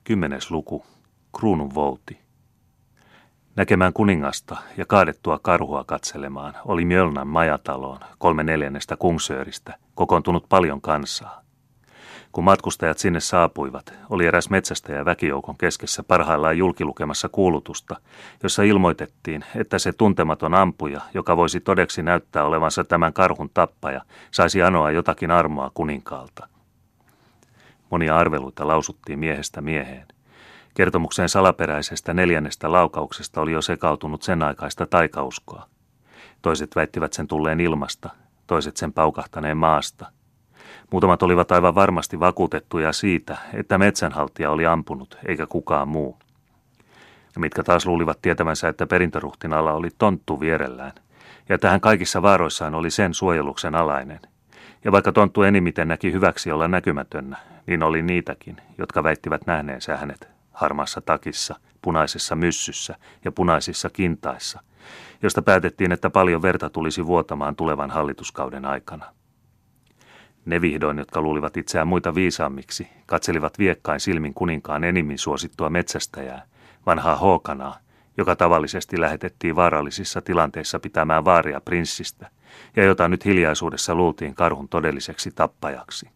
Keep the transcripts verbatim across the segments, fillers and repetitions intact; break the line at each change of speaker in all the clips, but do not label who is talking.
Kymmenes luku. Kruunun vouti. Näkemään kuningasta ja kaadettua karhua katselemaan oli Mjölnan majataloon kolme neljännestä Kungsöristä kokoontunut paljon kansaa. Kun matkustajat sinne saapuivat, oli eräs metsästäjä väkijoukon keskessä parhaillaan julkilukemassa kuulutusta, jossa ilmoitettiin, että se tuntematon ampuja, joka voisi todeksi näyttää olevansa tämän karhun tappaja, saisi anoa jotakin armoa kuninkaalta. Monia arveluita lausuttiin miehestä mieheen. Kertomukseen salaperäisestä neljännestä laukauksesta oli jo sekautunut sen aikaista taikauskoa. Toiset väittivät sen tulleen ilmasta, toiset sen paukahtaneen maasta. Muutamat olivat aivan varmasti vakuutettuja siitä, että metsänhaltija oli ampunut, eikä kukaan muu. Mitkä taas luulivat tietämänsä, että perintöruhtinalla oli tonttu vierellään, ja että hän kaikissa vaaroissaan oli sen suojeluksen alainen. Ja vaikka tonttu enimmiten näki hyväksi olla näkymätönnä, niin oli niitäkin, jotka väittivät nähneensä hänet harmaassa takissa, punaisessa myssyssä ja punaisissa kintaissa, josta päätettiin, että paljon verta tulisi vuotamaan tulevan hallituskauden aikana. Ne vihdoin, jotka luulivat itseään muita viisaammiksi, katselivat viekkain silmin kuninkaan enimmin suosittua metsästäjää, vanhaa Håkanaa, joka tavallisesti lähetettiin vaarallisissa tilanteissa pitämään vaaria prinssistä, ja jota nyt hiljaisuudessa luultiin karhun todelliseksi tappajaksi.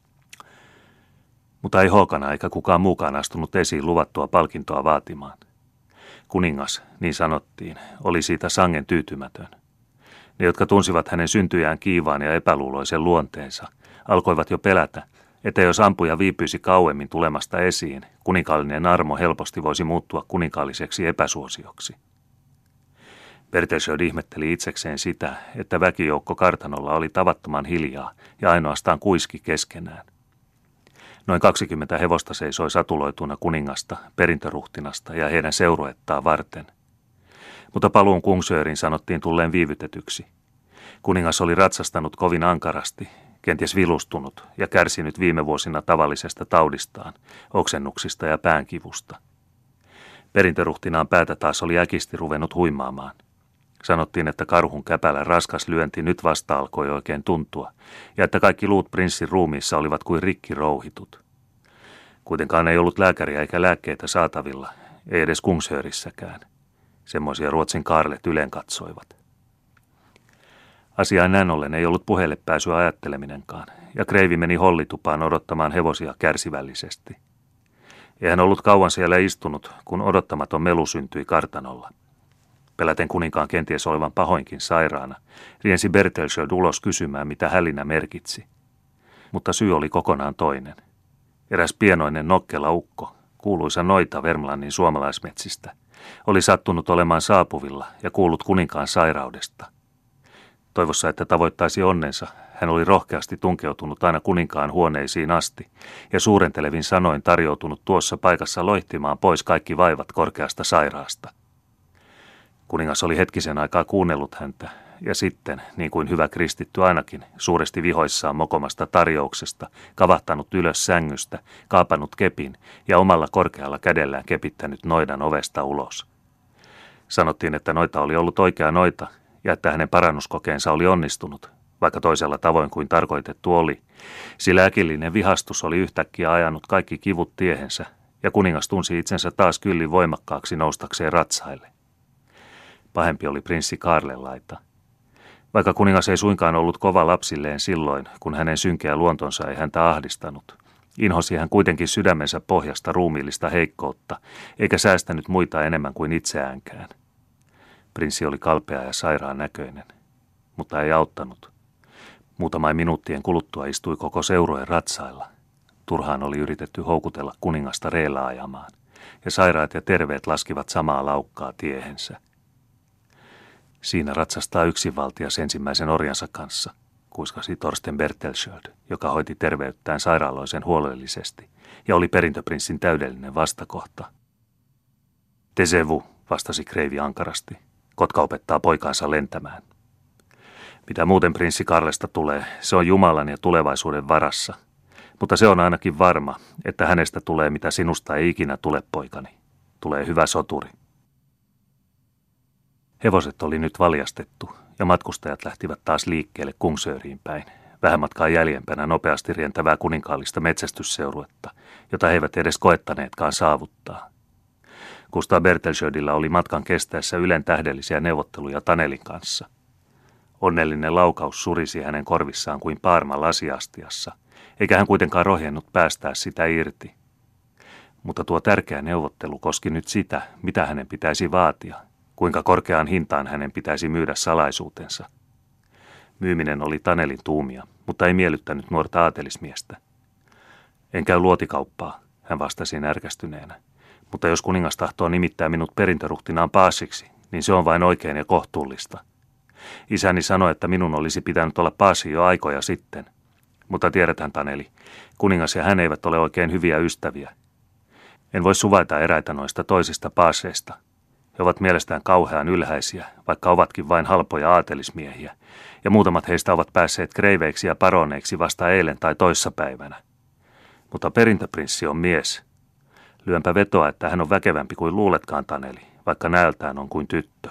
Mutta ei Håkana eikä kukaan muukaan astunut esiin luvattua palkintoa vaatimaan. Kuningas, niin sanottiin, oli siitä sangen tyytymätön. Ne, jotka tunsivat hänen syntyjään kiivaan ja epäluuloisen luonteensa, alkoivat jo pelätä, että jos ampuja viipyisi kauemmin tulemasta esiin, kuninkaallinen armo helposti voisi muuttua kuninkaalliseksi epäsuosioksi. Berthelsöld ihmetteli itsekseen sitä, että väkijoukko kartanolla oli tavattoman hiljaa ja ainoastaan kuiski keskenään. Noin kaksikymmentä hevosta seisoi satuloituna kuningasta, perintöruhtinasta ja heidän seuruettaan varten. Mutta paluun Kungsörin sanottiin tulleen viivytetyksi. Kuningas oli ratsastanut kovin ankarasti, kenties vilustunut ja kärsinyt viime vuosina tavallisesta taudistaan, oksennuksista ja päänkivusta. Perintöruhtinaan päätä taas oli äkisti ruvennut huimaamaan. Sanottiin, että karhun käpälän raskas lyönti nyt vasta alkoi oikein tuntua, ja että kaikki luut prinssin ruumiissa olivat kuin rikki rouhitut. Kuitenkaan ei ollut lääkäriä eikä lääkkeitä saatavilla, ei edes Kungsörissäkään. Semmoisia Ruotsin kaarlet ylen katsoivat. Asiaan näin ollen ei ollut puheelle pääsyä ajatteleminenkaan, ja kreivi meni hollitupaan odottamaan hevosia kärsivällisesti. Ei hän ollut kauan siellä istunut, kun odottamaton melu syntyi kartanolla. Peläten kuninkaan kenties olevan pahoinkin sairaana, riensi Berthelsöld ulos kysymään, mitä hälinä merkitsi. Mutta syy oli kokonaan toinen. Eräs pienoinen nokkela ukko, kuuluisa noita Vermlannin suomalaismetsistä, oli sattunut olemaan saapuvilla ja kuullut kuninkaan sairaudesta. Toivossa, että tavoittaisi onnensa, hän oli rohkeasti tunkeutunut aina kuninkaan huoneisiin asti ja suurentelevin sanoin tarjoutunut tuossa paikassa loihtimaan pois kaikki vaivat korkeasta sairaasta. Kuningas oli hetkisen aikaa kuunnellut häntä, ja sitten, niin kuin hyvä kristitty ainakin, suuresti vihoissaan mokomasta tarjouksesta, kavahtanut ylös sängystä, kaapannut kepin ja omalla korkealla kädellään kepittänyt noidan ovesta ulos. Sanottiin, että noita oli ollut oikea noita, ja että hänen parannuskokeensa oli onnistunut, vaikka toisella tavoin kuin tarkoitettu oli, sillä äkillinen vihastus oli yhtäkkiä ajanut kaikki kivut tiehensä, ja kuningas tunsi itsensä taas kyllin voimakkaaksi noustakseen ratsaille. Pahempi oli prinssi Kaarlen laita. Vaikka kuningas ei suinkaan ollut kova lapsilleen silloin, kun hänen synkeä luontonsa ei häntä ahdistanut, inhosi hän kuitenkin sydämensä pohjasta ruumiillista heikkoutta, eikä säästänyt muita enemmän kuin itseäänkään. Prinssi oli kalpea ja sairaan näköinen, mutta ei auttanut. Muutamain minuuttien kuluttua istui koko seurojen ratsailla. Turhaan oli yritetty houkutella kuningasta reellä ajamaan, ja sairaat ja terveet laskivat samaa laukkaa tiehensä. Siinä ratsastaa yksinvaltias ensimmäisen orjansa kanssa, kuiskasi Torsten Berthelsöld, joka hoiti terveyttään sairaaloisen huolellisesti ja oli perintöprinssin täydellinen vastakohta. Tesevu, vastasi kreivi ankarasti. Kotka opettaa poikaansa lentämään. Mitä muuten prinssi Karlesta tulee, se on Jumalan ja tulevaisuuden varassa. Mutta se on ainakin varma, että hänestä tulee mitä sinusta ei ikinä tule, poikani. Tulee hyvä soturi. Hevoset oli nyt valjastettu, ja matkustajat lähtivät taas liikkeelle Kungsöriin päin, vähän matkaa jäljempänä nopeasti rientävää kuninkaallista metsästysseuruetta, jota he eivät edes koettaneetkaan saavuttaa. Gustav Bertelschöldillä oli matkan kestäessä Ylen tähdellisiä neuvotteluja Tanelin kanssa. Onnellinen laukaus surisi hänen korvissaan kuin paarma lasiastiassa, eikä hän kuitenkaan rohjennut päästää sitä irti. Mutta tuo tärkeä neuvottelu koski nyt sitä, mitä hänen pitäisi vaatia, kuinka korkeaan hintaan hänen pitäisi myydä salaisuutensa. Myyminen oli Tanelin tuumia, mutta ei miellyttänyt nuorta aatelismiestä. En käy luotikauppaa, hän vastasi närkästyneenä. Mutta jos kuningas tahtoo nimittää minut perintöruhtinaan paasiksi, niin se on vain oikein ja kohtuullista. Isäni sanoi, että minun olisi pitänyt olla paasi jo aikoja sitten. Mutta tiedetään, Taneli, kuningas ja hän eivät ole oikein hyviä ystäviä. En voi suvaita eräitä noista toisista paaseista. He ovat mielestään kauhean ylhäisiä, vaikka ovatkin vain halpoja aatelismiehiä, ja muutamat heistä ovat päässeet kreiveiksi ja paroneiksi vasta eilen tai toissapäivänä. Mutta perintöprinssi on mies. Lyönpä vetoa, että hän on väkevämpi kuin luuletkaan, Taneli, vaikka näöltään on kuin tyttö.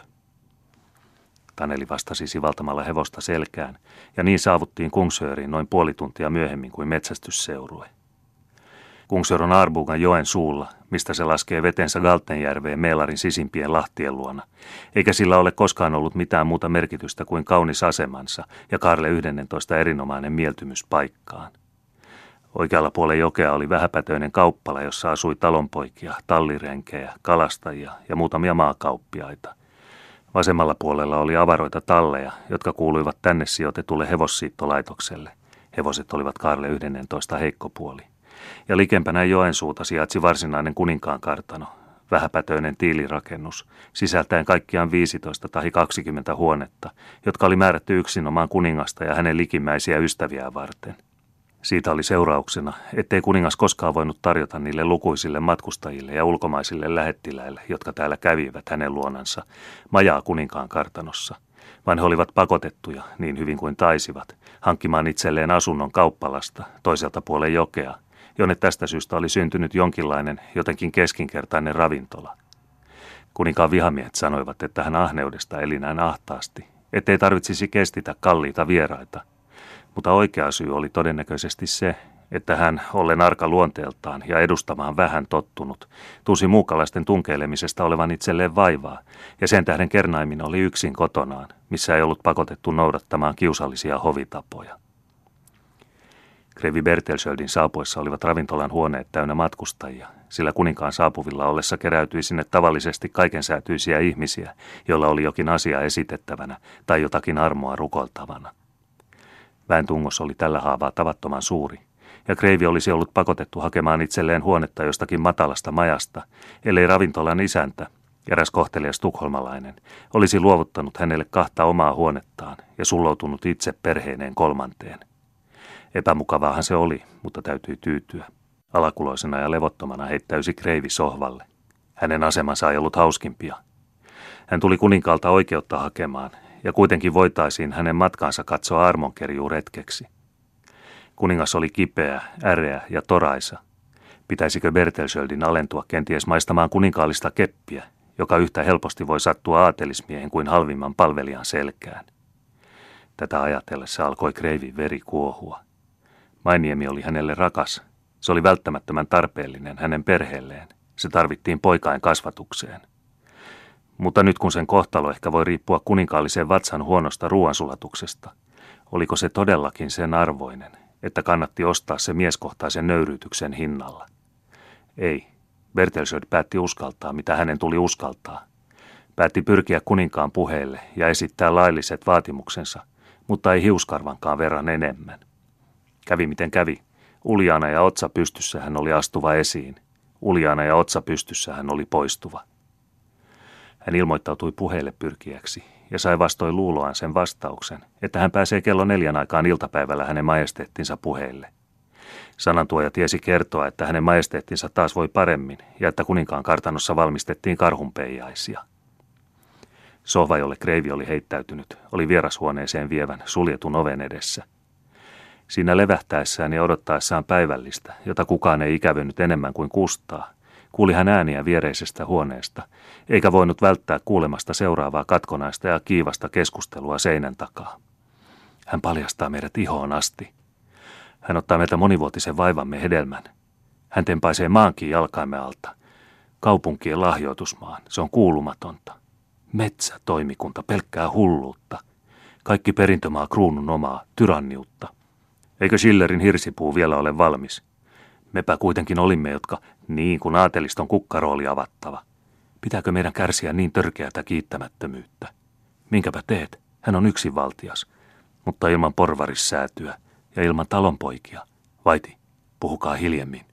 Taneli vastasi sivaltamalla hevosta selkään, ja niin saavuttiin Kungsöriin noin puoli tuntia myöhemmin kuin metsästysseurue. Kungsör on Arbugan joen suulla, mistä se laskee vetensä Galtenjärveen Meelarin sisimpien lahtien luona, eikä sillä ole koskaan ollut mitään muuta merkitystä kuin kaunis asemansa ja Karle yhdennentoista erinomainen mieltymys paikkaan. Oikealla puolella jokea oli vähäpätöinen kauppala, jossa asui talonpoikia, tallirenkejä, kalastajia ja muutamia maakauppiaita. Vasemmalla puolella oli avaroita talleja, jotka kuuluivat tänne sijoitetulle hevossiittolaitokselle. Hevoset olivat Karle yhdennentoista heikkopuoli. Ja likempänä Joensuuta sijaitsi varsinainen kuninkaan kartano, vähäpätöinen tiilirakennus, sisältäen kaikkiaan viisitoista tai kaksikymmentä huonetta, jotka oli määrätty yksinomaan kuningasta ja hänen likimmäisiä ystäviään varten. Siitä oli seurauksena, ettei kuningas koskaan voinut tarjota niille lukuisille matkustajille ja ulkomaisille lähettiläille, jotka täällä kävivät hänen luonansa, majaa kuninkaan kartanossa, vaan he olivat pakotettuja, niin hyvin kuin taisivat, hankkimaan itselleen asunnon kauppalasta toiselta puolen jokea, jonne tästä syystä oli syntynyt jonkinlainen, jotenkin keskinkertainen ravintola. Kuninkaan vihamiehet sanoivat, että hän ahneudesta eli näin ahtaasti, ettei tarvitsisi kestitä kalliita vieraita, mutta oikea syy oli todennäköisesti se, että hän, ollen arka luonteeltaan ja edustamaan vähän tottunut, tunsi muukalaisten tunkeilemisesta olevan itselleen vaivaa, ja sen tähden Kernaimin oli yksin kotonaan, missä ei ollut pakotettu noudattamaan kiusallisia hovitapoja. Kreivi Bertelschöldin saapuessa olivat ravintolan huoneet täynnä matkustajia, sillä kuninkaan saapuvilla ollessa keräytyi sinne tavallisesti kaikensäätyisiä ihmisiä, joilla oli jokin asia esitettävänä tai jotakin armoa rukoltavana. Väen tungos oli tällä haavaa tavattoman suuri, ja kreivi olisi ollut pakotettu hakemaan itselleen huonetta jostakin matalasta majasta, ellei ravintolan isäntä, eräs kohtelias tukholmalainen, olisi luovuttanut hänelle kahta omaa huonettaan ja sulloutunut itse perheineen kolmanteen. Epämukavaahan se oli, mutta täytyi tyytyä. Alakuloisena ja levottomana heittäysi kreivi sohvalle. Hänen asemansa ei ollut hauskimpia. Hän tuli kuninkaalta oikeutta hakemaan, ja kuitenkin voitaisiin hänen matkaansa katsoa armonkerjuuretkeksi. Kuningas oli kipeä, äreä ja toraisa. Pitäisikö Bertelschöldin alentua kenties maistamaan kuninkaallista keppiä, joka yhtä helposti voi sattua aatelismiehen kuin halvimman palvelijan selkään? Tätä ajatellessa alkoi kreivin veri kuohua. Mainiemi oli hänelle rakas. Se oli välttämättömän tarpeellinen hänen perheelleen. Se tarvittiin poikain kasvatukseen. Mutta nyt kun sen kohtalo ehkä voi riippua kuninkaallisen vatsan huonosta ruoansulatuksesta, oliko se todellakin sen arvoinen, että kannatti ostaa se mieskohtaisen nöyryytyksen hinnalla? Ei. Bertelschöld päätti uskaltaa, mitä hänen tuli uskaltaa. Päätti pyrkiä kuninkaan puheelle ja esittää lailliset vaatimuksensa, mutta ei hiuskarvankaan verran enemmän. Kävi miten kävi. Uljaana ja otsa pystyssä hän oli astuva esiin. Uljaana ja otsa pystyssä hän oli poistuva. Hän ilmoittautui puheelle pyrkiäksi ja sai vastoin luuloaan sen vastauksen, että hän pääsee kello neljän aikaan iltapäivällä hänen majesteettinsa puheille. Sanantuoja tiesi kertoa, että hänen majesteettinsa taas voi paremmin ja että kuninkaan kartanossa valmistettiin karhunpeijaisia. Sohva, jolle kreivi oli heittäytynyt, oli vierashuoneeseen vievän suljetun oven edessä. Siinä levähtäessään ja odottaessaan päivällistä, jota kukaan ei ikävönyt enemmän kuin Kustaa, kuuli hän ääniä viereisestä huoneesta, eikä voinut välttää kuulemasta seuraavaa katkonaista ja kiivasta keskustelua seinän takaa. Hän paljastaa meidät ihoon asti. Hän ottaa meiltä monivuotisen vaivamme hedelmän. Hän tempaisee maankin jalkaimme alta. Kaupunkien lahjoitusmaan, se on kuulumatonta. Metsätoimikunta, pelkkää hulluutta. Kaikki perintömaa kruunun omaa, tyranniutta. Eikö Schillerin hirsipuu vielä ole valmis? Mepä kuitenkin olimme, jotka niin kuin aateliston kukkaro oli avattava. Pitääkö meidän kärsiä niin törkeätä kiittämättömyyttä? Minkäpä teet? Hän on yksinvaltias, mutta ilman porvarissäätyä ja ilman talonpoikia. Vaiti, puhukaa hiljemmin.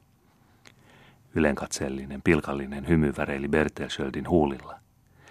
Ylenkatseellinen, pilkallinen hymy väreili Bertelschöldin huulilla.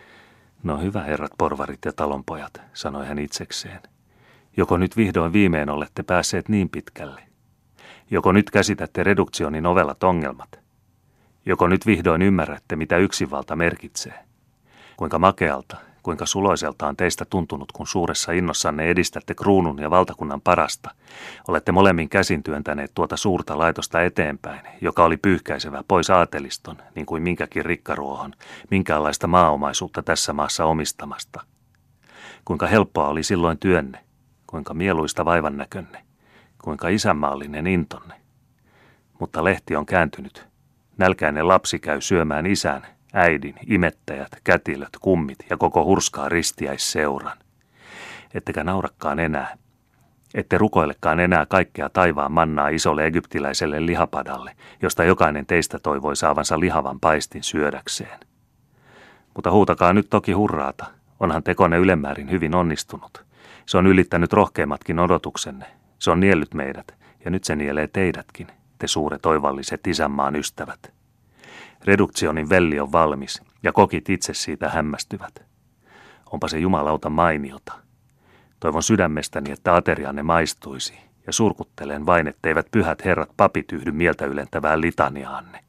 No hyvä herrat porvarit ja talonpojat, sanoi hän itsekseen. Joko nyt vihdoin viimein olette päässeet niin pitkälle? Joko nyt käsitätte reduktionin ovelat ongelmat? Joko nyt vihdoin ymmärrätte, mitä yksinvalta merkitsee? Kuinka makealta, kuinka suloiselta on teistä tuntunut, kun suuressa innossanne edistätte kruunun ja valtakunnan parasta. Olette molemmin käsin työntäneet tuota suurta laitosta eteenpäin, joka oli pyyhkäisevä pois aateliston, niin kuin minkäkin rikkaruohon, minkäänlaista maaomaisuutta tässä maassa omistamasta. Kuinka helppoa oli silloin työnne, kuinka mieluista vaivan näkönne, kuinka isänmaallinen intonne. Mutta lehti on kääntynyt. Nälkäinen lapsi käy syömään isän, äidin, imettäjät, kätilöt, kummit ja koko hurskaa ristiäisseuran. Ettekä naurakkaan enää. Ette rukoillekaan enää kaikkea taivaan mannaa isolle egyptiläiselle lihapadalle, josta jokainen teistä toivoi saavansa lihavan paistin syödäkseen. Mutta huutakaa nyt toki hurraata. Onhan tekonne ylemmäärin hyvin onnistunut. Se on ylittänyt rohkeimmatkin odotuksenne. Se on niellyt meidät, ja nyt se nielee teidätkin, te suuret oivalliset isänmaan ystävät. Reduktionin velli on valmis, ja kokit itse siitä hämmästyvät. Onpa se jumalauta mainiota. Toivon sydämestäni, että aterianne maistuisi, ja surkuttelen vain, etteivät pyhät herrat papit yhdy mieltä ylentävään litaniaanne.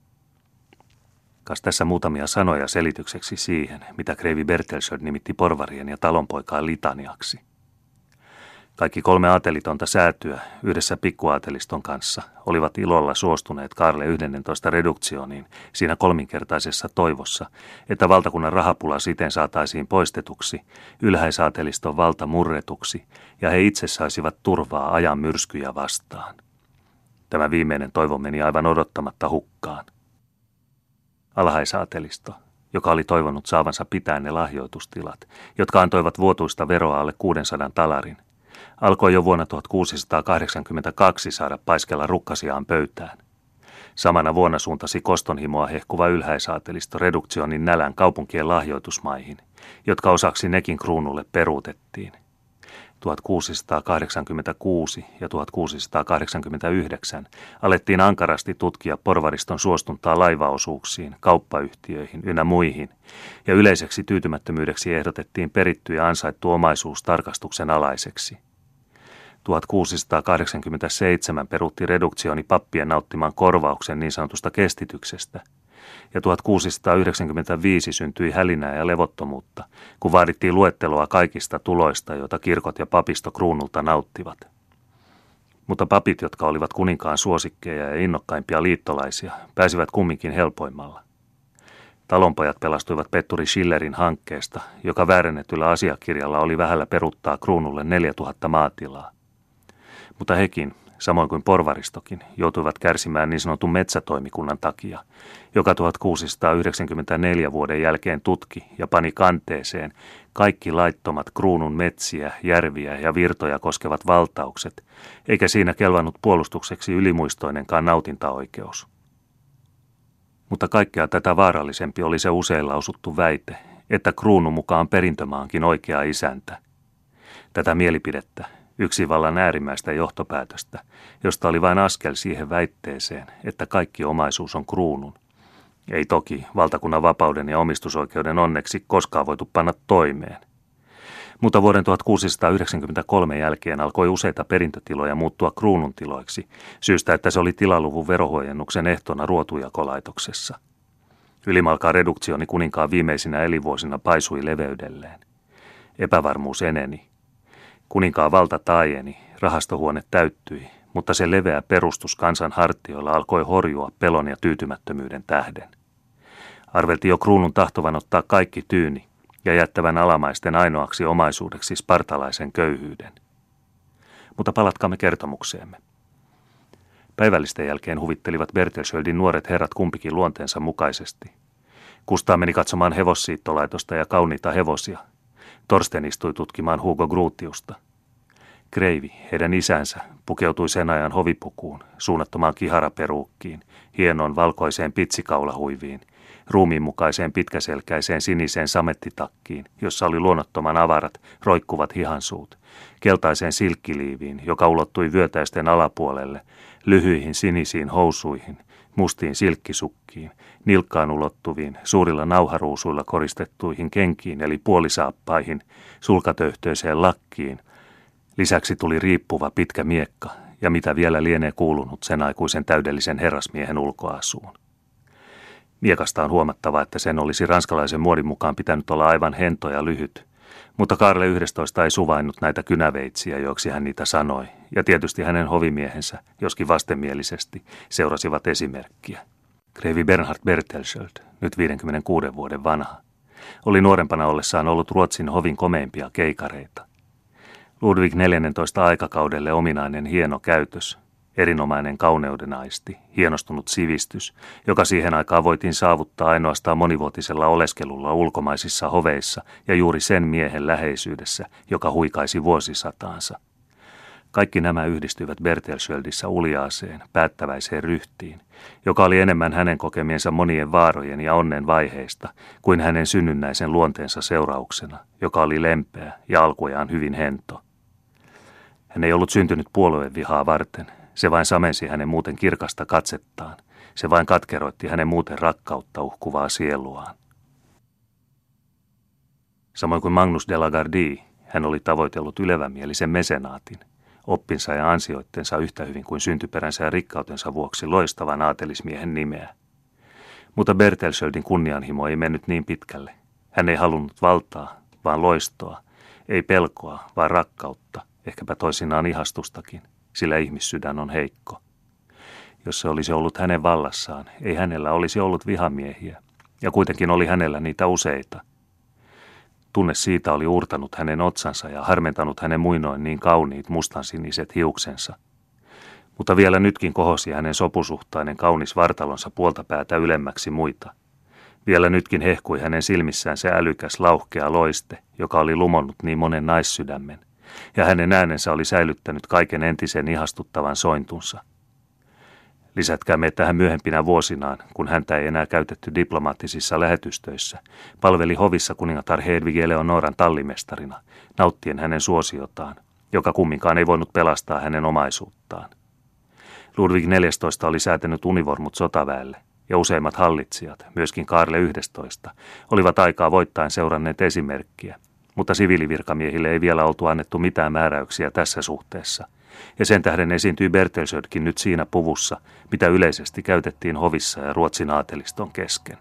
Kas tässä muutamia sanoja selitykseksi siihen, mitä kreivi Bertelschöld nimitti porvarien ja talonpoikaan litaniaksi. Kaikki kolme aatelitonta säätyä yhdessä pikkuaateliston kanssa olivat ilolla suostuneet Kaarle yhdennentoista reduktioniin siinä kolminkertaisessa toivossa, että valtakunnan rahapula siten saataisiin poistetuksi, ylhäisaateliston valta murretuksi ja he itse saisivat turvaa ajan myrskyjä vastaan. Tämä viimeinen toivo meni aivan odottamatta hukkaan. Alhaisaatelisto, joka oli toivonut saavansa pitää ne lahjoitustilat, jotka antoivat vuotuista veroa alle kuusisataa talarin, alkoi jo vuonna tuhatkuusisataakahdeksankymmentäkaksi saada paiskella rukkasiaan pöytään. Samana vuonna suuntasi kostonhimoa hehkuva ylhäisaatelisto reduktionin nälän kaupunkien lahjoitusmaihin, jotka osaksi nekin kruunulle peruutettiin. tuhatkuusisataakahdeksankymmentäkuusi ja tuhatkuusisataakahdeksankymmentäyhdeksän alettiin ankarasti tutkia porvariston suostuntaa laivaosuuksiin, kauppayhtiöihin ynnä muihin, ja yleiseksi tyytymättömyydeksi ehdotettiin peritty ja ansaittu omaisuus tarkastuksen alaiseksi. tuhatkuusisataakahdeksankymmentäseitsemän peruutti reduktioni pappien nauttiman korvauksen niin sanotusta kestityksestä, ja tuhatkuusisataayhdeksänkymmentäviisi syntyi hälinää ja levottomuutta, kun vaadittiin luetteloa kaikista tuloista, joita kirkot ja papisto kruunulta nauttivat. Mutta papit, jotka olivat kuninkaan suosikkeja ja innokkaimpia liittolaisia, pääsivät kumminkin helpoimmalla. Talonpojat pelastuivat Petturi Schillerin hankkeesta, joka väärennetyllä asiakirjalla oli vähällä peruttaa kruunulle neljätuhatta maatilaa. Mutta hekin, samoin kuin porvaristokin, joutuivat kärsimään niin sanotun metsätoimikunnan takia, joka tuhatkuusisataayhdeksänkymmentäneljä vuoden jälkeen tutki ja pani kanteeseen kaikki laittomat kruunun metsiä, järviä ja virtoja koskevat valtaukset, eikä siinä kelvannut puolustukseksi ylimuistoinenkaan nautintaoikeus. Mutta kaikkea tätä vaarallisempi oli se usein lausuttu väite, että kruunu mukaan perintömaankin oikea isäntä. Tätä mielipidettä, yksinvallan äärimmäistä johtopäätöstä, josta oli vain askel siihen väitteeseen, että kaikki omaisuus on kruunun. Ei toki valtakunnan vapauden ja omistusoikeuden onneksi koskaan voitu panna toimeen. Mutta vuoden tuhatkuusisataayhdeksänkymmentäkolme jälkeen alkoi useita perintötiloja muuttua kruunun tiloiksi, syystä että se oli tilaluvun verohuojennuksen ehtona ruotujakolaitoksessa. Ylimalkaa reduktioni kuninkaan viimeisinä elinvuosina paisui leveydelleen. Epävarmuus eneni. Kuninkaan valta taajeni, rahastohuone täyttyi, mutta se leveä perustus kansan hartioilla alkoi horjua pelon ja tyytymättömyyden tähden. Arveltiin jo kruunun tahtovan ottaa kaikki tyyni ja jättävän alamaisten ainoaksi omaisuudeksi spartalaisen köyhyyden. Mutta palatkaamme kertomukseemme. Päivällisten jälkeen huvittelivat Bertelschöldin nuoret herrat kumpikin luonteensa mukaisesti. Kustaa meni katsomaan hevossiittolaitosta ja kauniita hevosia. Torsten istui tutkimaan Hugo Grotiusta. Kreivi, heidän isänsä, pukeutui sen ajan hovipukuun, suunnattomaan kiharaperuukkiin, hienoon valkoiseen pitsikaulahuiviin, ruumiinmukaiseen pitkäselkäiseen siniseen samettitakkiin, jossa oli luonnottoman avarat, roikkuvat hihansuut, keltaiseen silkkiliiviin, joka ulottui vyötäisten alapuolelle, lyhyihin sinisiin housuihin, mustiin silkkisukkiin, nilkkaan ulottuviin, suurilla nauharuusuilla koristettuihin kenkiin eli puolisaappaihin, sulkatöyhtöiseen lakkiin. Lisäksi tuli riippuva pitkä miekka ja mitä vielä lienee kuulunut sen aikuisen täydellisen herrasmiehen ulkoasuun. Miekasta on huomattava, että sen olisi ranskalaisen muodin mukaan pitänyt olla aivan hento ja lyhyt, mutta Kaarle yhdestoista ei suvainnut näitä kynäveitsiä, joiksi hän niitä sanoi, ja tietysti hänen hovimiehensä, joskin vastenmielisesti, seurasivat esimerkkiä. Kreivi Bernhard Bertelschöld, nyt viidenkymmenenkuuden vuoden vanha, oli nuorempana ollessaan ollut Ruotsin hovin komeimpia keikareita. Ludwig neljännentoista aikakaudelle ominainen hieno käytös, erinomainen kauneudenaisti, hienostunut sivistys, joka siihen aikaan voitiin saavuttaa ainoastaan monivuotisella oleskelulla ulkomaisissa hoveissa ja juuri sen miehen läheisyydessä, joka huikaisi vuosisataansa. Kaikki nämä yhdistyivät Bertelschöldissä uljaaseen, päättäväiseen ryhtiin, joka oli enemmän hänen kokemiensa monien vaarojen ja onnen vaiheista kuin hänen synnynnäisen luonteensa seurauksena, joka oli lempeä ja alkujaan hyvin hento. Hän ei ollut syntynyt puoluevihaa varten, se vain samensi hänen muuten kirkasta katsettaan, se vain katkeroitti hänen muuten rakkautta uhkuvaa sieluaan. Samoin kuin Magnus de la Gardie, hän oli tavoitellut ylevämielisen mesenaatin, oppinsa ja ansioittensa yhtä hyvin kuin syntyperänsä ja rikkautensa vuoksi loistavan aatelismiehen nimeä. Mutta Bertelschöldin kunnianhimo ei mennyt niin pitkälle. Hän ei halunnut valtaa, vaan loistoa, ei pelkoa, vaan rakkautta, ehkäpä toisinaan ihastustakin, sillä ihmissydän on heikko. Jos se olisi ollut hänen vallassaan, ei hänellä olisi ollut vihamiehiä, ja kuitenkin oli hänellä niitä useita. Tunne siitä oli uurtanut hänen otsansa ja harmentanut hänen muinoin niin kauniit mustansiniset hiuksensa. Mutta vielä nytkin kohosi hänen sopusuhtainen kaunis vartalonsa puolta päätä ylemmäksi muita. Vielä nytkin hehkui hänen silmissään se älykäs lauhkea loiste, joka oli lumonnut niin monen naissydämen, ja hänen äänensä oli säilyttänyt kaiken entisen ihastuttavan sointunsa. Lisätkäämme, että hän myöhempinä vuosinaan, kun häntä ei enää käytetty diplomaattisissa lähetystöissä, palveli hovissa kuningatar Hedvig Eleonoran tallimestarina, nauttien hänen suosiotaan, joka kumminkaan ei voinut pelastaa hänen omaisuuttaan. Ludwig neljästoista oli säätänyt univormut sotaväelle, ja useimmat hallitsijat, myöskin Kaarle yhdestoista, olivat aikaa voittaen seuranneet esimerkkiä, mutta siviilivirkamiehille ei vielä oltu annettu mitään määräyksiä tässä suhteessa, ja sen tähden esiintyi Bertelschöldkin nyt siinä puvussa, mitä yleisesti käytettiin hovissa ja Ruotsin aateliston kesken.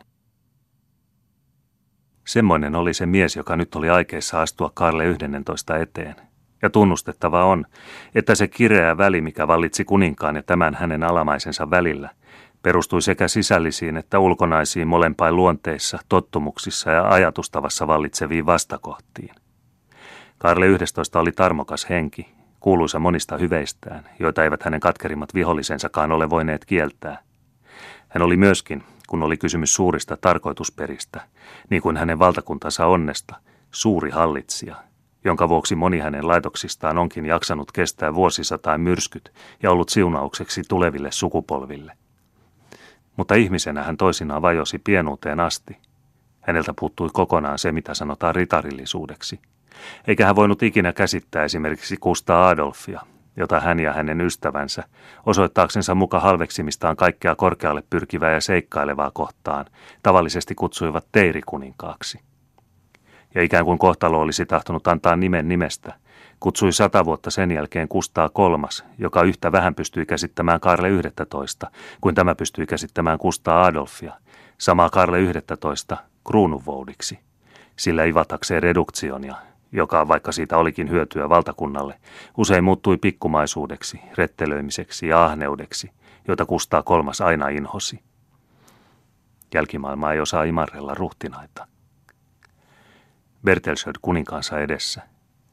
Semmoinen oli se mies, joka nyt oli aikeissa astua Kaarle yhdentoista eteen, ja tunnustettava on, että se kireä väli, mikä vallitsi kuninkaan ja tämän hänen alamaisensa välillä, perustui sekä sisällisiin että ulkonaisiin molempain luonteissa, tottumuksissa ja ajatustavassa vallitseviin vastakohtiin. Kaarle yhdestoista oli tarmokas henki, kuuluisa monista hyveistään, joita eivät hänen katkerimmat vihollisensakaan ole voineet kieltää. Hän oli myöskin, kun oli kysymys suurista tarkoitusperistä, niin kuin hänen valtakuntansa onnesta, suuri hallitsija, jonka vuoksi moni hänen laitoksistaan onkin jaksanut kestää vuosisatain myrskyt ja ollut siunaukseksi tuleville sukupolville. Mutta ihmisenä hän toisinaan vajosi pienuuteen asti. Häneltä puuttui kokonaan se, mitä sanotaan ritarillisuudeksi. Eikä hän voinut ikinä käsittää esimerkiksi Kustaa Adolfia, jota hän ja hänen ystävänsä, osoittaaksensa muka halveksimistaan kaikkea korkealle pyrkivää ja seikkailevaa kohtaan, tavallisesti kutsuivat teirikuninkaaksi. Ja ikään kuin kohtalo olisi tahtonut antaa nimen nimestä, kutsui sata vuotta sen jälkeen Kustaa kolmas, joka yhtä vähän pystyi käsittämään Kaarle yhdestoista, kuin tämä pystyi käsittämään Kustaa Adolfia, samaa Kaarle yhdestoista kruununvoudiksi, sillä ivatakseen reduktionia, joka vaikka siitä olikin hyötyä valtakunnalle, usein muuttui pikkumaisuudeksi, rettelöimiseksi ja ahneudeksi, jota Kustaa kolmas aina inhosi. Jälkimaailma ei osaa imarrella ruhtinaita. Bertelschöld kuninkaansa edessä,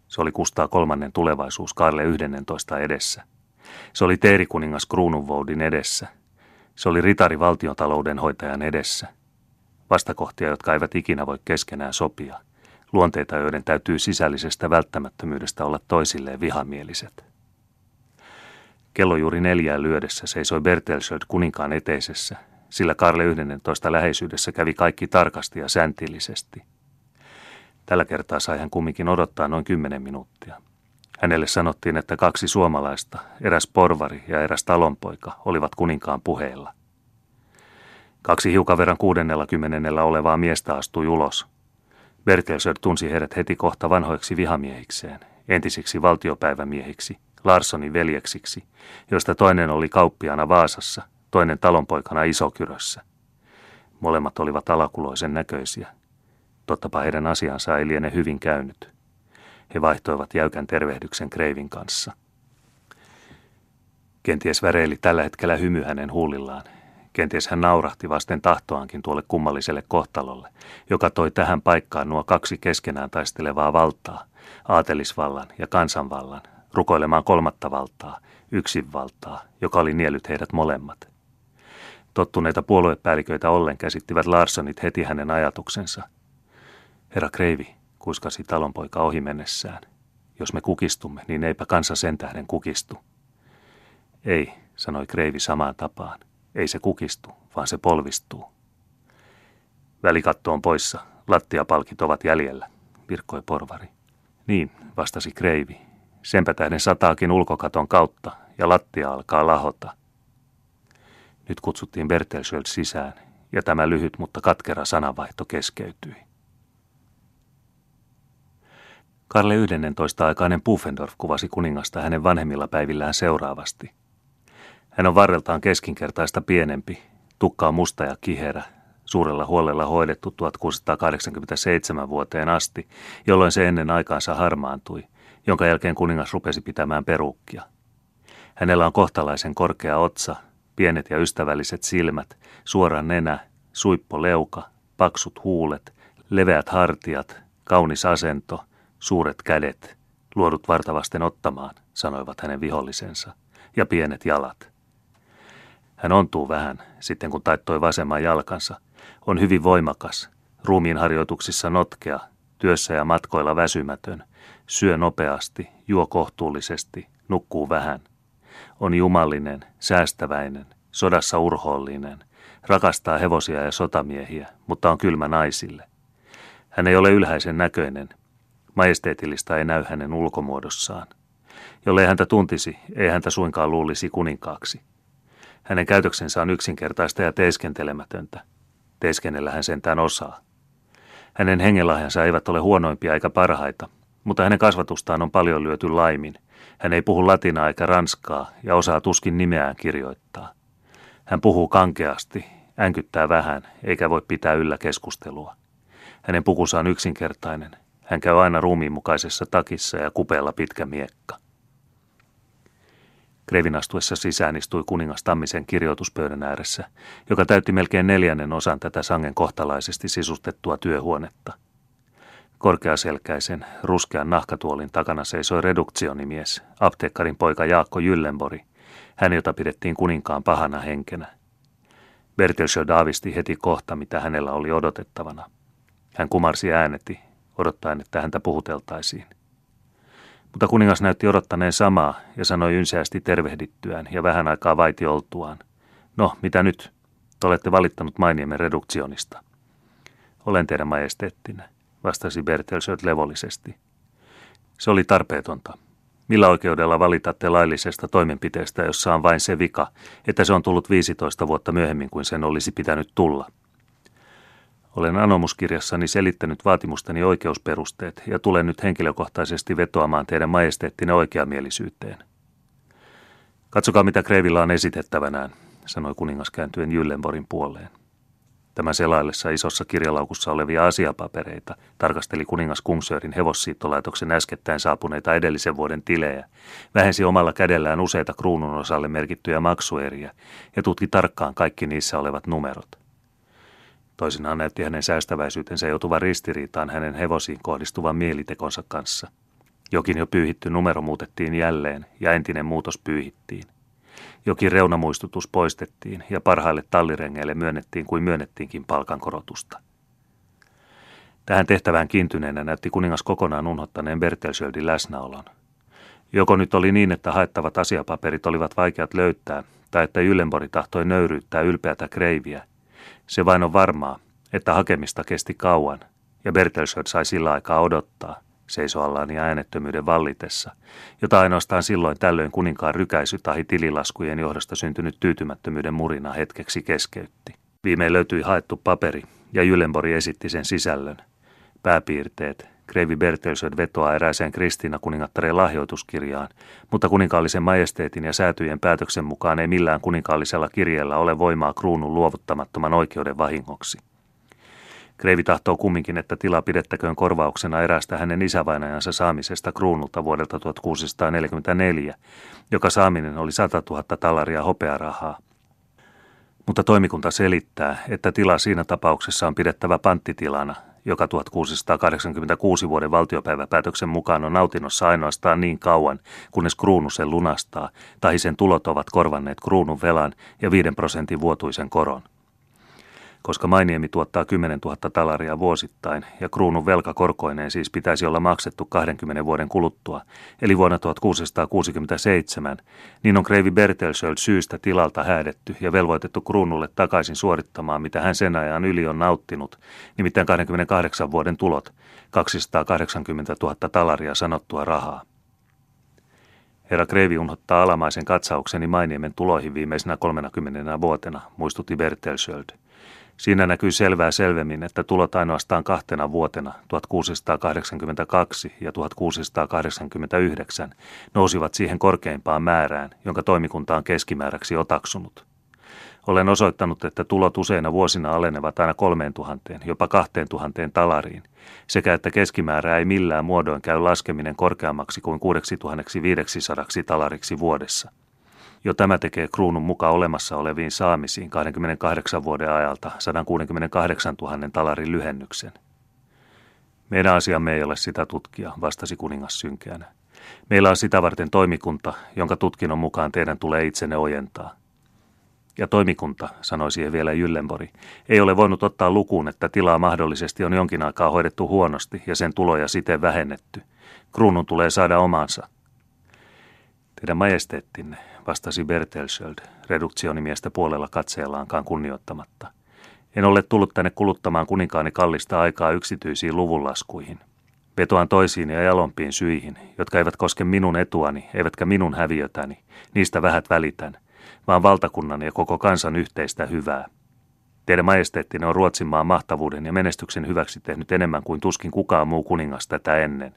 Se oli Kustaa kolmannen tulevaisuus Karle yhdennentoista edessä. Se oli teerikuningas Kruununvoudin edessä. Se oli ritari valtiontaloudenhoitajan edessä. Vastakohtia, jotka eivät ikinä voi keskenään sopia. Luonteita, joiden täytyy sisällisestä välttämättömyydestä olla toisilleen vihamieliset. Kello juuri neljään lyödessä seisoi Bertelsöld kuninkaan eteisessä, sillä Karle yhdennentoista läheisyydessä kävi kaikki tarkasti ja säntillisesti. Tällä kertaa sai hän kumminkin odottaa noin kymmenen minuuttia. Hänelle sanottiin, että kaksi suomalaista, eräs porvari ja eräs talonpoika, olivat kuninkaan puheilla. Kaksi hiukan verran kuudennella kymmenennellä olevaa miestä astui ulos. Bertelsöld tunsi heidät heti kohta vanhoiksi vihamiehikseen, entisiksi valtiopäivämiehiksi, Larssonin veljeksiksi, joista toinen oli kauppiaana Vaasassa, toinen talonpoikana Isokyrössä. Molemmat olivat alakuloisen näköisiä. Tottapa heidän asiansa ei liene hyvin käynyt. He vaihtoivat jäykän tervehdyksen Kreivin kanssa. Kenties väreili tällä hetkellä hymy hänen huulillaan. Kenties hän naurahti vasten tahtoankin tuolle kummalliselle kohtalolle, joka toi tähän paikkaan nuo kaksi keskenään taistelevaa valtaa, aatelisvallan ja kansanvallan, rukoilemaan kolmatta valtaa, yksinvaltaa, joka oli niellyt heidät molemmat. Tottuneita puoluepäälliköitä ollen käsittivät Larssonit heti hänen ajatuksensa. Herra Kreivi, kuiskasi talonpoika ohi mennessään. Jos me kukistumme, niin eipä kansa sen tähden kukistu. Ei, sanoi Kreivi samaan tapaan. Ei se kukistu, vaan se polvistuu. Välikatto on poissa, lattiapalkit ovat jäljellä, virkkoi porvari. Niin, vastasi Kreivi. Senpä tähden sataakin ulkokaton kautta ja lattia alkaa lahota. Nyt kutsuttiin Bertelsöld sisään ja tämä lyhyt, mutta katkera sananvaihto keskeytyi. Karle yhdennentoista aikainen Pufendorf kuvasi kuningasta hänen vanhemmilla päivillään seuraavasti. Hän on varreltaan keskinkertaista pienempi, tukka on musta ja kiherä, suurella huolella hoidettu tuhatkuusisataakahdeksankymmentäseitsemän vuoteen asti, jolloin se ennen aikaansa harmaantui, jonka jälkeen kuningas rupesi pitämään perukkia. Hänellä on kohtalaisen korkea otsa, pienet ja ystävälliset silmät, suora nenä, suippo leuka, paksut huulet, leveät hartiat, kaunis asento, suuret kädet, luodut vartavasten ottamaan, sanoivat hänen vihollisensa, ja pienet jalat. Hän ontuu vähän, sitten kun taittoi vasemman jalkansa, on hyvin voimakas, ruumiin harjoituksissa notkea, työssä ja matkoilla väsymätön, syö nopeasti, juo kohtuullisesti, nukkuu vähän. On jumallinen, säästäväinen, sodassa urhoollinen, rakastaa hevosia ja sotamiehiä, mutta on kylmä naisille. Hän ei ole ylhäisen näköinen, majesteetillista ei näy hänen ulkomuodossaan. Jollei häntä tuntisi, ei häntä suinkaan luulisi kuninkaaksi. Hänen käytöksensä on yksinkertaista ja teeskentelemätöntä. Teeskennellä hän sentään osaa. Hänen hengenlahjansa eivät ole huonoimpia eikä parhaita, mutta hänen kasvatustaan on paljon lyöty laimin. Hän ei puhu latinaa eikä ranskaa ja osaa tuskin nimeään kirjoittaa. Hän puhuu kankeasti, änkyttää vähän eikä voi pitää yllä keskustelua. Hänen pukunsa on yksinkertainen. Hän käy aina ruumiin mukaisessa takissa ja kupeella pitkä miekka. Kreivin astuessa sisään istui kuningas Tammisen kirjoituspöydän ääressä, joka täytti melkein neljännen osan tätä sangen kohtalaisesti sisustettua työhuonetta. Korkeaselkäisen, ruskean nahkatuolin takana seisoi reduktionimies, apteekkarin poika Jaakko Gyllenborg, hän jota pidettiin kuninkaan pahana henkenä. Bertelsöld aavisti heti kohta, mitä hänellä oli odotettavana. Hän kumarsi ääneti, odottaen, että häntä puhuteltaisiin. Mutta kuningas näytti odottaneen samaa ja sanoi ynseästi tervehdittyään ja vähän aikaa vaiti oltuaan. No, mitä nyt? Te olette valittanut Mainiemen reduktionista. Olen teidän majesteettinne, vastasi Bertelsöld levollisesti. Se oli tarpeetonta. Millä oikeudella valitatte laillisesta toimenpiteestä, jossa on vain se vika, että se on tullut viisitoista vuotta myöhemmin kuin sen olisi pitänyt tulla? Olen anomuskirjassani selittänyt vaatimusteni oikeusperusteet ja tulen nyt henkilökohtaisesti vetoamaan teidän majesteettinne oikeamielisyyteen. Katsokaa, mitä Kreivillä on esitettävänään, sanoi kuningas kääntyen Gyllenborgin puoleen. Tämän selaillessa isossa kirjalaukussa olevia asiapapereita tarkasteli kuningas Kungsörin hevossiittolaitoksen äskettäin saapuneita edellisen vuoden tilejä, vähensi omalla kädellään useita kruunun osalle merkittyjä maksueriä ja tutki tarkkaan kaikki niissä olevat numerot. Toisinaan näytti hänen säästäväisyytensä joutuvan ristiriitaan hänen hevosiin kohdistuvan mielitekonsa kanssa. Jokin jo pyyhitty numero muutettiin jälleen ja entinen muutos pyyhittiin. Jokin reunamuistutus poistettiin ja parhaille tallirengeille myönnettiin kuin myönnettiinkin palkankorotusta. Tähän tehtävään kiintyneenä näytti kuningas kokonaan unhottaneen Bertelsköldin läsnäolon. Joko nyt oli niin, että haettavat asiapaperit olivat vaikeat löytää, tai että Gyllenborg tahtoi nöyryyttää ylpeätä kreiviä. Se vain on varmaa, että hakemista kesti kauan, ja Bertelsköld sai sillä aikaa odottaa, seisoallaan ja äänettömyyden vallitessa, jota ainoastaan silloin tällöin kuninkaan rykäisy tahi tililaskujen johdosta syntynyt tyytymättömyyden murina hetkeksi keskeytti. Viimein löytyi haettu paperi, ja Gyllenborg esitti sen sisällön. Pääpiirteet. Kreivi Bertelsköld vetoaa erääseen Kristiina kuningattareen lahjoituskirjaan, mutta kuninkaallisen majesteetin ja säätyjen päätöksen mukaan ei millään kuninkaallisella kirjeellä ole voimaa kruunun luovuttamattoman oikeuden vahingoksi. Kreivi tahtoo kumminkin, että tila pidettäköön korvauksena eräästä hänen isävainajansa saamisesta kruunulta vuodelta tuhatkuusisataaneljäkymmentäneljä, joka saaminen oli satatuhatta tallaria hopearahaa. Mutta toimikunta selittää, että tila siinä tapauksessa on pidettävä panttitilana, joka tuhatkuusisataakahdeksankymmentäkuusi vuoden valtiopäiväpäätöksen mukaan on nautinnossa ainoastaan niin kauan, kunnes kruunu sen lunastaa, tai sen tulot ovat korvanneet kruunun velan ja viiden prosentin vuotuisen koron. Koska Mainiemi tuottaa kymmenentuhatta talaria vuosittain ja kruunun velka korkoineen siis pitäisi olla maksettu kahdenkymmenen vuoden kuluttua, eli vuonna tuhatkuusisataakuusikymmentäseitsemän, niin on kreivi Bertelsköld syystä tilalta häädetty ja velvoitettu kruunulle takaisin suorittamaan, mitä hän sen ajan yli on nauttinut, nimittäin kaksikymmentäkahdeksan vuoden tulot, kaksisataakahdeksankymmentätuhatta talaria sanottua rahaa. Herra kreivi unhottaa alamaisen katsaukseni Mainiemen tuloihin viimeisenä kolmenakymmenenä vuotena, muistutti Bertelsköld. Siinä näkyy selvää selvemmin, että tulot ainoastaan kahtena vuotena, tuhatkuusisataakahdeksankymmentäkaksi ja tuhatkuusisataakahdeksankymmentäyhdeksän, nousivat siihen korkeimpaan määrään, jonka toimikunta on keskimääräksi otaksunut. Olen osoittanut, että tulot useina vuosina alenevat aina kolmeen tuhanteen, jopa kahteen tuhanteen talariin, sekä että keskimäärää ei millään muodoin käy laskeminen korkeammaksi kuin kuusituhattaviisisataa talariksi vuodessa. Jo tämä tekee kruunun mukaan olemassa oleviin saamisiin kaksikymmentäkahdeksan vuoden ajalta sata kuusikymmentäkahdeksantuhatta talarin lyhennyksen. Meidän asiamme ei ole sitä tutkia, vastasi kuningas synkeänä. Meillä on sitä varten toimikunta, jonka tutkinnon mukaan teidän tulee itsenne ojentaa. Ja toimikunta, sanoi siihen vielä Gyllenborg, ei ole voinut ottaa lukuun, että tilaa mahdollisesti on jonkin aikaa hoidettu huonosti ja sen tuloja siten vähennetty. Kruunun tulee saada omansa. Teidän majesteettinne, vastasi Bertelsköld, reduktionimiestä puolella katseellaankaan kunnioittamatta. En ole tullut tänne kuluttamaan kuninkaani kallista aikaa yksityisiin luvunlaskuihin. Vetoan toisiin ja jalompiin syihin, jotka eivät koske minun etuani, eivätkä minun häviötäni, niistä vähät välitän, vaan valtakunnan ja koko kansan yhteistä hyvää. Teidän majesteettinne on Ruotsinmaan mahtavuuden ja menestyksen hyväksi tehnyt enemmän kuin tuskin kukaan muu kuningas tätä ennen.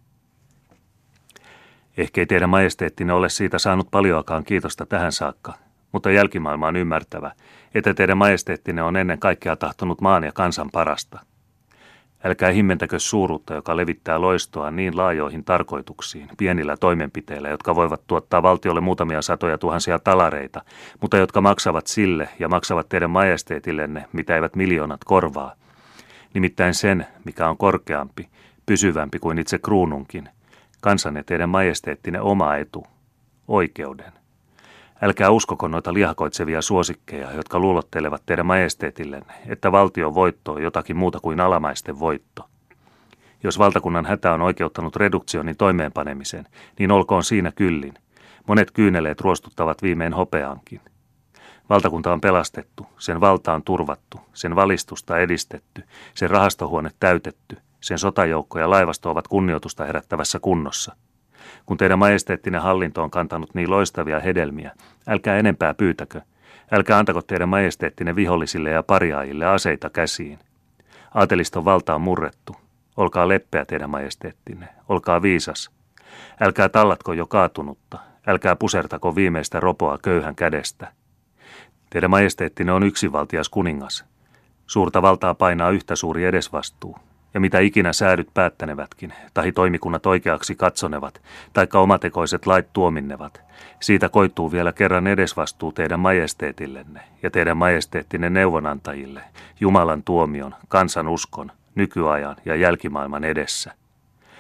Ehkä ei teidän majesteettinne ole siitä saanut paljoakaan kiitosta tähän saakka, mutta jälkimaailma on ymmärtävä, että teidän majesteettinne on ennen kaikkea tahtonut maan ja kansan parasta. Älkää himmentäkö suuruutta, joka levittää loistoa niin laajoihin tarkoituksiin, pienillä toimenpiteillä, jotka voivat tuottaa valtiolle muutamia satoja tuhansia talareita, mutta jotka maksavat sille ja maksavat teidän majesteetillenne, mitä eivät miljoonat korvaa. Nimittäin sen, mikä on korkeampi, pysyvämpi kuin itse kruununkin, kansan ja teidän majesteettinen oma etu, oikeuden. Älkää uskoko noita lihakoitsevia suosikkeja, jotka luulottelevat teidän majesteetillenne, että valtion voitto on jotakin muuta kuin alamaisten voitto. Jos valtakunnan hätä on oikeuttanut reduktionin toimeenpanemisen, niin olkoon siinä kyllin. Monet kyyneleet ruostuttavat viimein hopeankin. Valtakunta on pelastettu, sen valta on turvattu, sen valistusta edistetty, sen rahastohuone täytetty, sen sotajoukko ja laivasto ovat kunnioitusta herättävässä kunnossa. Kun teidän majesteettinen hallinto on kantanut niin loistavia hedelmiä, älkää enempää pyytäkö. Älkää antako teidän majesteettinen vihollisille ja parjaajille aseita käsiin. Aateliston valta on murrettu. Olkaa leppeä teidän majesteettinne. Olkaa viisas. Älkää tallatko jo kaatunutta. Älkää pusertako viimeistä ropoa köyhän kädestä. Teidän majesteettinne on yksinvaltias kuningas. Suurta valtaa painaa yhtä suuri edesvastuu. Ja mitä ikinä säädyt päättänevätkin, tahi toimikunnat oikeaksi katsonevat, taikka omatekoiset lait tuominnevat, siitä koituu vielä kerran edesvastuu teidän majesteetillenne ja teidän majesteettinen neuvonantajille, Jumalan tuomion, kansan uskon, nykyajan ja jälkimaailman edessä.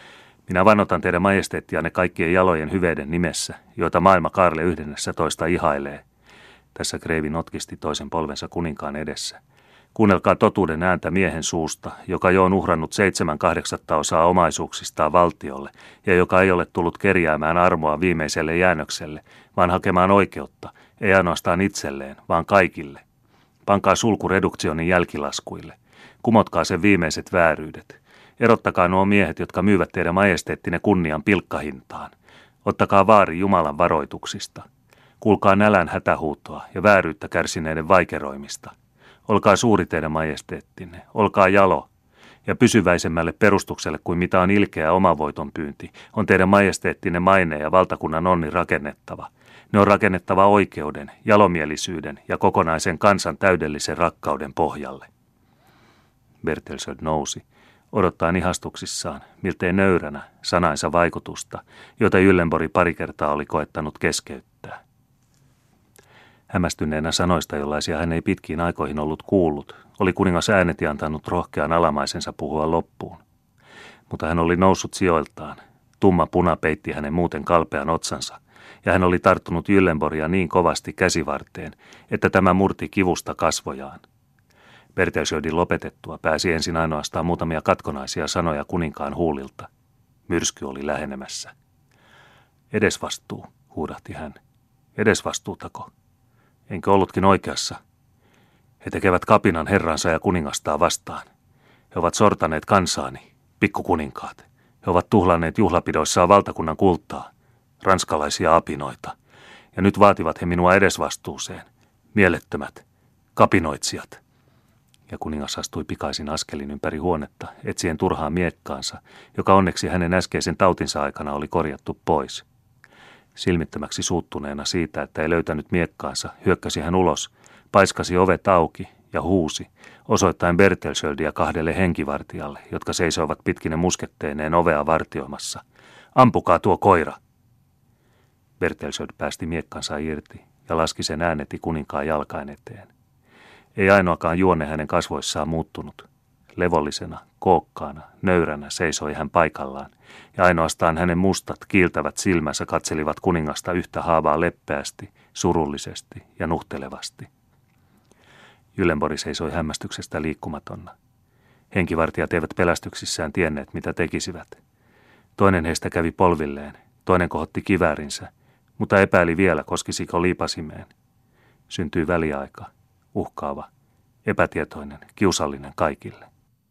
Minä vannotan teidän majesteettianne kaikkien jalojen hyveiden nimessä, joita maailma Kaarle yhdennessä toista ihailee. Tässä kreivi notkisti toisen polvensa kuninkaan edessä. Kuunnelkaa totuuden ääntä miehen suusta, joka jo on uhrannut seitsemän kahdeksatta osaa omaisuuksistaan valtiolle ja joka ei ole tullut kerjäämään armoa viimeiselle jäännökselle, vaan hakemaan oikeutta, ei ainoastaan itselleen, vaan kaikille. Pankaa sulku reduktionin jälkilaskuille. Kumotkaa sen viimeiset vääryydet. Erottakaa nuo miehet, jotka myyvät teidän majesteettinen kunnian pilkkahintaan. Ottakaa vaari Jumalan varoituksista. Kuulkaa nälän hätähuutoa ja vääryyttä kärsineiden vaikeroimista. Olkaa suuri teidän majesteettinne, olkaa jalo. Ja pysyväisemmälle perustukselle kuin mitä on ilkeä omavoiton pyynti, on teidän majesteettinen maine ja valtakunnan onni rakennettava. Ne on rakennettava oikeuden, jalomielisyyden ja kokonaisen kansan täydellisen rakkauden pohjalle. Bertelsöld nousi, odottaen ihastuksissaan, miltei nöyränä, sanainsa vaikutusta, jota Gyllenborg pari kertaa oli koettanut keskeyttää. Hämmästyneenä sanoista, jollaisia hän ei pitkiin aikoihin ollut kuullut, oli kuningas ääneti antanut rohkean alamaisensa puhua loppuun. Mutta hän oli noussut sijoiltaan. Tumma puna peitti hänen muuten kalpean otsansa, ja hän oli tarttunut Gyllenborgia niin kovasti käsivarteen, että tämä murti kivusta kasvojaan. Bertelsöldin lopetettua pääsi ensin ainoastaan muutamia katkonaisia sanoja kuninkaan huulilta. Myrsky oli lähenemässä. Edesvastuu, huudahti hän. Edesvastuutako? Enkö ollutkin oikeassa? He tekevät kapinan herransa ja kuningastaan vastaan. He ovat sortaneet kansaani, pikkukuninkaat. He ovat tuhlanneet juhlapidoissaan valtakunnan kultaa, ranskalaisia apinoita. Ja nyt vaativat he minua edesvastuuseen. Mielettömät, kapinoitsijat. Ja kuningas astui pikaisin askelin ympäri huonetta, etsien turhaa miekkaansa, joka onneksi hänen äskeisen tautinsa aikana oli korjattu pois. Silmittömäksi suuttuneena siitä, että ei löytänyt miekkaansa, hyökkäsi hän ulos, paiskasi ovet auki ja huusi, osoittaen Bertelsöldia kahdelle henkivartijalle, jotka seisoivat pitkine musketteineen ovea vartioimassa. Ampukaa tuo koira! Bertelsöld päästi miekkansa irti ja laski sen ääneti kuninkaan jalkain eteen. Ei ainoakaan juonne hänen kasvoissaan muuttunut. Levollisena, kookkaana, nöyränä seisoi hän paikallaan, ja ainoastaan hänen mustat, kiiltävät silmänsä katselivat kuningasta yhtä haavaa leppeästi, surullisesti ja nuhtelevasti. Gyllenborg seisoi hämmästyksestä liikkumatonna. Henkivartijat eivät pelästyksissään tienneet, mitä tekisivät. Toinen heistä kävi polvilleen, toinen kohotti kiväärinsä, mutta epäili vielä, koskisiko liipasimeen. Syntyi väliaika, uhkaava, epätietoinen, kiusallinen kaikille.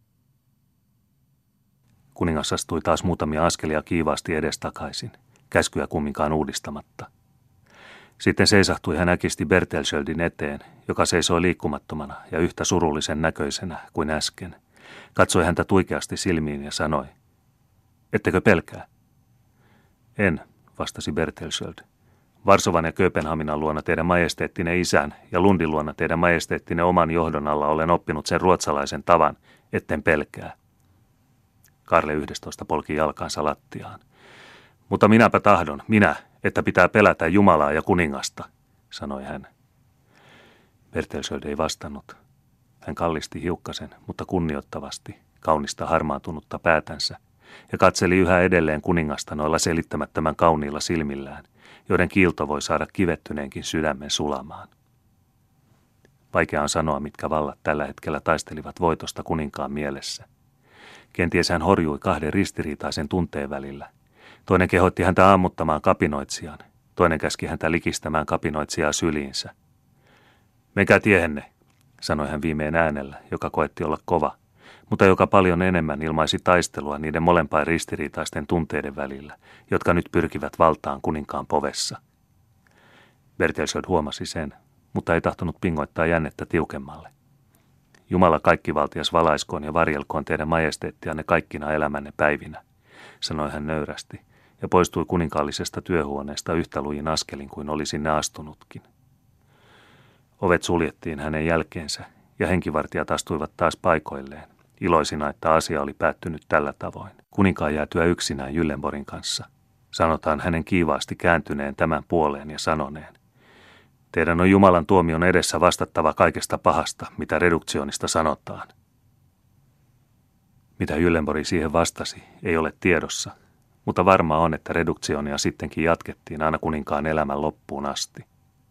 Kuningas astui taas muutamia askelia kiivaasti edestakaisin, käskyä kumminkaan uudistamatta. Sitten seisahtui hän äkisti Bertelsöldin eteen, joka seisoi liikkumattomana ja yhtä surullisen näköisenä kuin äsken. Katsoi häntä tuikeasti silmiin ja sanoi, ettekö pelkää? En, vastasi Bertelsöld. Varsovan ja Kööpenhaminan luona teidän majesteettinen isän ja Lundin luona teidän majesteettinen oman johdon alla olen oppinut sen ruotsalaisen tavan, etten pelkää. Karle yhdestoista polki jalkaansa lattiaan. Mutta minäpä tahdon, minä, että pitää pelätä Jumalaa ja kuningasta, sanoi hän. Bertelsöld ei vastannut. Hän kallisti hiukkasen, mutta kunnioittavasti, kaunista harmaantunutta päätänsä, ja katseli yhä edelleen kuningasta noilla selittämättömän kauniilla silmillään, joiden kiilto voi saada kivettyneenkin sydämen sulamaan. Vaikea on sanoa, mitkä vallat tällä hetkellä taistelivat voitosta kuninkaan mielessä. Kenties hän horjui kahden ristiriitaisen tunteen välillä. Toinen kehotti häntä ammuttamaan kapinoitsijan, toinen käski häntä likistämään kapinoitsijaa syliinsä. Menkää tiehenne, sanoi hän viimein äänellä, joka koetti olla kova, mutta joka paljon enemmän ilmaisi taistelua niiden molempain ristiriitaisten tunteiden välillä, jotka nyt pyrkivät valtaan kuninkaan povessa. Bertelsöld huomasi sen, mutta ei tahtonut pingoittaa jännettä tiukemmalle. Jumala kaikkivaltias valaiskoon ja varjelkoon teidän majesteettianne kaikkina elämänne päivinä, sanoi hän nöyrästi, ja poistui kuninkaallisesta työhuoneesta yhtä lujin askelin kuin oli sinne astunutkin. Ovet suljettiin hänen jälkeensä, ja henkivartijat astuivat taas paikoilleen, iloisina, että asia oli päättynyt tällä tavoin. Kuninkaan jäätyä yksinään Gyllenborgin kanssa. Sanotaan hänen kiivaasti kääntyneen tämän puoleen ja sanoneen. Teidän on Jumalan tuomion edessä vastattava kaikesta pahasta, mitä reduktionista sanotaan. Mitä Gyllenborg siihen vastasi, ei ole tiedossa, mutta varmaa on, että reduktionia sittenkin jatkettiin aina kuninkaan elämän loppuun asti.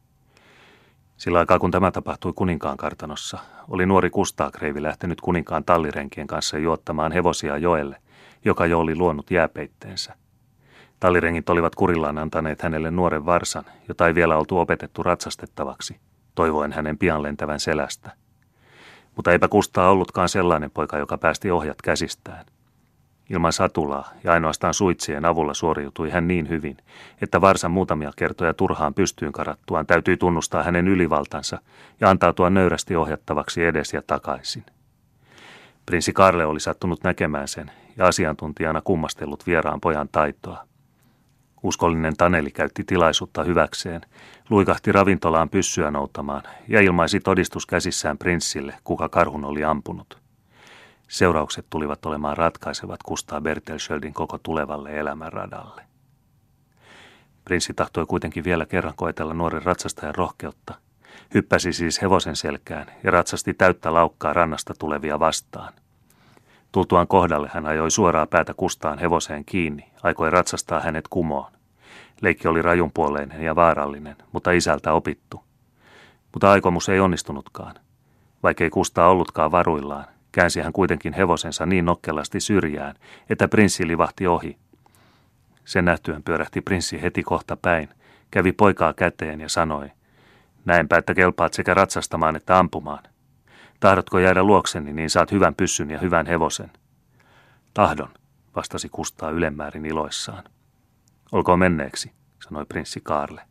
Sillä aikaa kun tämä tapahtui kuninkaan kartanossa, oli nuori Kustaa-kreivi lähtenyt kuninkaan tallirenkien kanssa juottamaan hevosia joelle, joka jo oli luonut jääpeitteensä. Tallirengit olivat kurillaan antaneet hänelle nuoren varsan, jota ei vielä oltu opetettu ratsastettavaksi, toivoen hänen pian lentävän selästä. Mutta eipä Kustaa ollutkaan sellainen poika, joka päästi ohjat käsistään. Ilman satulaa ja ainoastaan suitsien avulla suoriutui hän niin hyvin, että varsan muutamia kertoja turhaan pystyyn karattuaan täytyi tunnustaa hänen ylivaltansa ja antautua nöyrästi ohjattavaksi edes ja takaisin. Prinssi Karle oli sattunut näkemään sen ja asiantuntijana kummastellut vieraan pojan taitoa. Uskollinen Taneli käytti tilaisuutta hyväkseen, luikahti ravintolaan pyssyä noutamaan ja ilmaisi todistus käsissään prinssille, kuka karhun oli ampunut. Seuraukset tulivat olemaan ratkaisevat Kustaa Bertelschöldin koko tulevalle elämänradalle. Prinssi tahtoi kuitenkin vielä kerran koetella nuoren ratsastajan rohkeutta. Hyppäsi siis hevosen selkään ja ratsasti täyttä laukkaa rannasta tulevia vastaan. Tultuaan kohdalle hän ajoi suoraa päätä Kustaan hevoseen kiinni, aikoi ratsastaa hänet kumoon. Leikki oli rajunpuoleinen ja vaarallinen, mutta isältä opittu. Mutta aikomus ei onnistunutkaan. Vaikkei Kustaa ollutkaan varuillaan, käänsi hän kuitenkin hevosensa niin nokkelasti syrjään, että prinssi livahti ohi. Sen nähtyään pyörähti prinssi heti kohta päin, kävi poikaa käteen ja sanoi, näenpä, että kelpaat sekä ratsastamaan että ampumaan. Tahdotko jäädä luokseni, niin saat hyvän pyssyn ja hyvän hevosen. Tahdon, vastasi Kustaa ylemmäärin iloissaan. Olkoon menneeksi, sanoi prinssi Karle.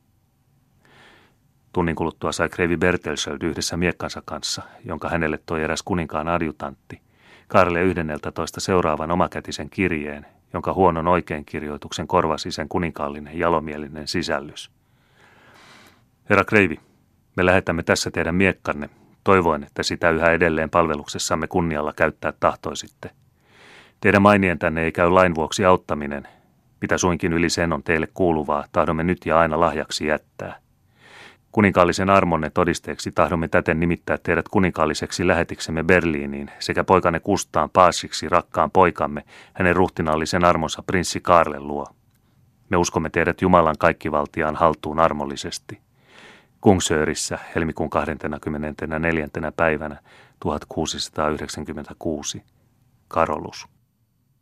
Tunnin kuluttua sai kreivi Bertelschöld yhdessä miekkansa kanssa, jonka hänelle toi eräs kuninkaan adjutantti, Karle yhdenneltätoista seuraavan omakätisen kirjeen, jonka huonon oikeinkirjoituksen korvasi sen kuninkaallinen jalomielinen sisällys. Herra kreivi, me lähetämme tässä teidän miekkanne, toivoen, että sitä yhä edelleen palveluksessamme kunnialla käyttää tahtoisitte. Teidän mainien tänne ei käy lain vuoksi auttaminen, mitä suinkin yli sen on teille kuuluvaa, tahdomme nyt ja aina lahjaksi jättää. Kuninkaallisen armonne todisteeksi tahdomme täten nimittää teidät kuninkaalliseksi lähetiksemme Berliiniin sekä poikanne Kustaan paasiksi rakkaan poikamme hänen ruhtinaallisen armonsa prinssi Karlen luo. Me uskomme teidät Jumalan kaikkivaltiaan haltuun armollisesti. Kungsöörissä helmikuun kahdeskymmenesneljäs päivänä tuhatkuusisataayhdeksänkymmentäkuusi. Karolus.